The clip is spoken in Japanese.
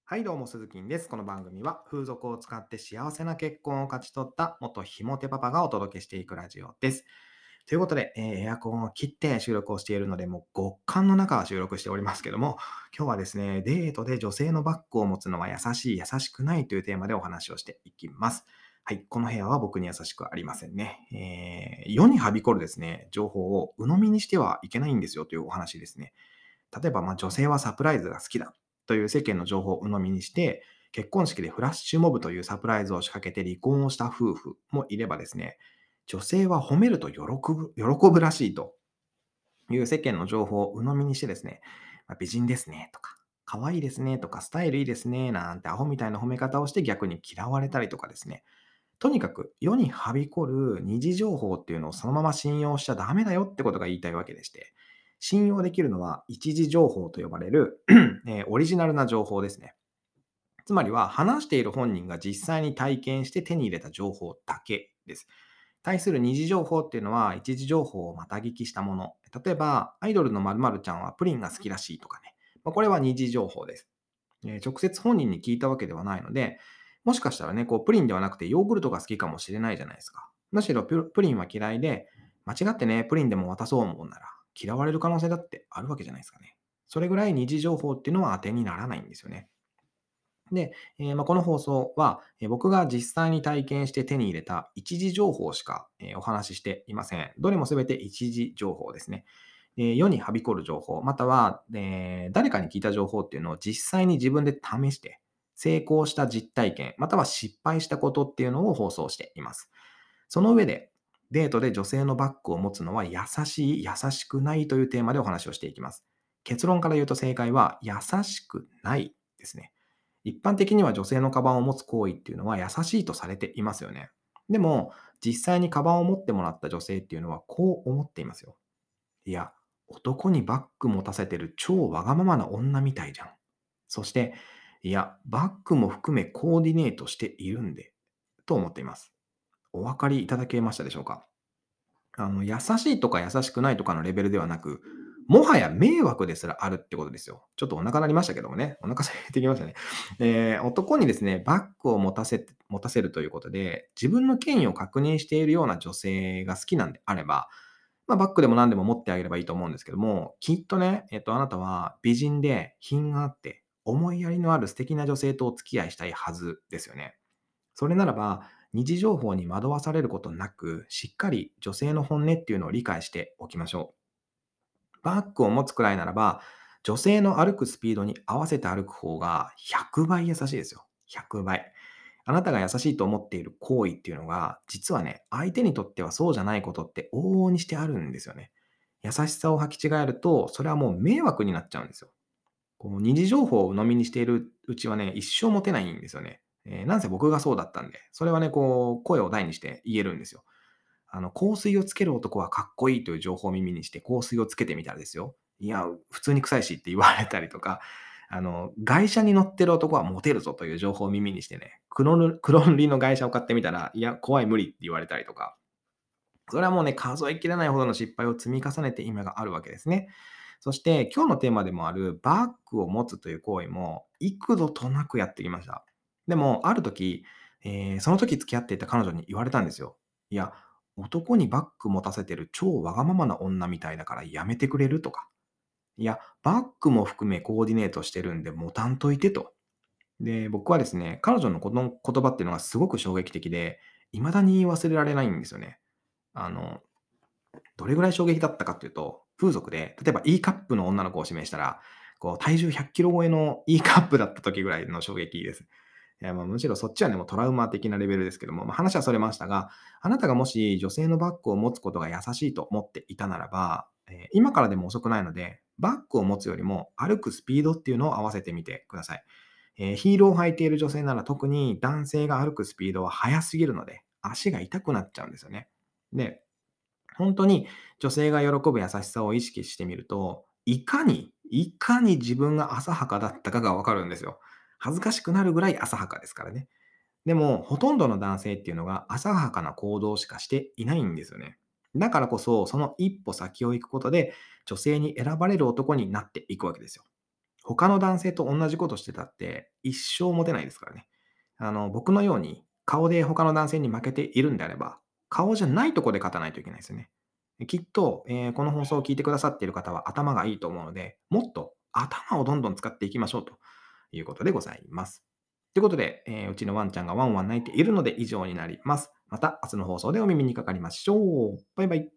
はい、どうも、鈴木です。この番組は、風俗を使って幸せな結婚を勝ち取った元ひもてパパがお届けしていくラジオです。ということで、エアコンを切って収録をしているので、もう極寒の中収録しておりますけども、今日はですね、デートで女性のバッグを持つのは優しい、優しくないというテーマでお話をしていきます。はい、この部屋は僕に優しくありませんね。世にはびこるですね、情報を鵜呑みにしてはいけないんですよというお話ですね。例えば、女性はサプライズが好きだという世間の情報を鵜呑みにして、結婚式でフラッシュモブというサプライズを仕掛けて離婚をした夫婦もいればですね、女性は褒めると喜ぶらしいという世間の情報を鵜呑みにしてですね、美人ですねとか、可愛いですねとか、スタイルいいですねなんてアホみたいな褒め方をして逆に嫌われたりとかですね、とにかく世にはびこる二次情報っていうのをそのまま信用しちゃダメだよってことが言いたいわけでして、信用できるのは一次情報と呼ばれるオリジナルな情報ですね。つまりは話している本人が実際に体験して手に入れた情報だけです。対する二次情報っていうのは一次情報をまた聞きしたもの。例えば、アイドルの〇〇ちゃんはプリンが好きらしいとかね。これは二次情報です。直接本人に聞いたわけではないので、もしかしたらね、プリンではなくてヨーグルトが好きかもしれないじゃないですか。むしろプリンは嫌いで、間違ってね、プリンでも渡そう思うなら、嫌われる可能性だってあるわけじゃないですかね。それぐらい二次情報っていうのは当てにならないんですよね。で、この放送は、僕が実際に体験して手に入れた一次情報しか、お話ししていません。どれもすべて一次情報ですね。世にはびこる情報、または、誰かに聞いた情報っていうのを実際に自分で試して、成功した実体験、または失敗したことっていうのを放送しています。その上で、デートで女性のバッグを持つのは優しい、優しくないというテーマでお話をしていきます。結論から言うと正解は優しくないですね。一般的には女性のカバンを持つ行為っていうのは優しいとされていますよね。でも、実際にカバンを持ってもらった女性っていうのはこう思っていますよ。いや、男にバッグ持たせてる超わがままな女みたいじゃん。そして、いや、バッグも含めコーディネートしているんで、と思っています。お分かりいただけましたでしょうか？優しいとか優しくないとかのレベルではなく、もはや迷惑ですらあるってことですよ。ちょっとお腹鳴りましたけどもね。お腹空いてきましたね。男にですね、バッグを持たせるということで、自分の権威を確認しているような女性が好きなんであれば、バッグでも何でも持ってあげればいいと思うんですけども、きっとね、あなたは美人で品があって、思いやりのある素敵な女性とお付き合いしたいはずですよね。それならば、二次情報に惑わされることなく、しっかり女性の本音っていうのを理解しておきましょう。バッグを持つくらいならば、女性の歩くスピードに合わせて歩く方が100倍優しいですよ。100倍。あなたが優しいと思っている行為っていうのが、実はね、相手にとってはそうじゃないことって往々にしてあるんですよね。優しさを履き違えると、それはもう迷惑になっちゃうんですよ。二次情報を鵜呑みにしているうちはね、一生モテないんですよね。なんせ僕がそうだったんで、それはね、声を大にして言えるんですよ。香水をつける男はかっこいいという情報を耳にして香水をつけてみたらですよ。いや、普通に臭いしって言われたりとか、外車に乗ってる男はモテるぞという情報を耳にしてね、黒塗りの外車を買ってみたら、いや、怖い無理って言われたりとか、それはもうね、数えきれないほどの失敗を積み重ねて今があるわけですね。そして今日のテーマでもあるバッグを持つという行為も幾度となくやってきました。でも、ある時、その時付き合っていた彼女に言われたんですよ。いや、男にバッグ持たせてる超わがままな女みたいだからやめてくれるとか。いや、バッグも含めコーディネートしてるんで持たんといてと。で、僕はですね、彼女のこの言葉っていうのがすごく衝撃的で、未だに忘れられないんですよね。あの、どれぐらい衝撃だったかっていうと、風俗で、例えば E カップの女の子を指名したら、体重100キロ超えの E カップだった時ぐらいの衝撃です。いや、むしろそっちはね、もうトラウマ的なレベルですけども、話はそれましたが、あなたがもし女性のバッグを持つことが優しいと思っていたならば、今からでも遅くないので、バッグを持つよりも歩くスピードっていうのを合わせてみてください。ヒールを履いている女性なら特に男性が歩くスピードは速すぎるので、足が痛くなっちゃうんですよね。で、本当に女性が喜ぶ優しさを意識してみると、いかに自分が浅はかだったかがわかるんですよ。恥ずかしくなるぐらい浅はかですからね。でも、ほとんどの男性っていうのが浅はかな行動しかしていないんですよね。だからこそ、その一歩先を行くことで、女性に選ばれる男になっていくわけですよ。 他の男性と同じことしてたって一生モテないですからね。僕のように顔で他の男性に負けているんであれば、顔じゃないとこで勝たないといけないですよね。きっと、この放送を聞いてくださっている方は頭がいいと思うので、もっと頭をどんどん使っていきましょうということでございます。ということで、うちのワンちゃんがワンワン泣いているので以上になります。また明日の放送でお耳にかかりましょう。バイバイ。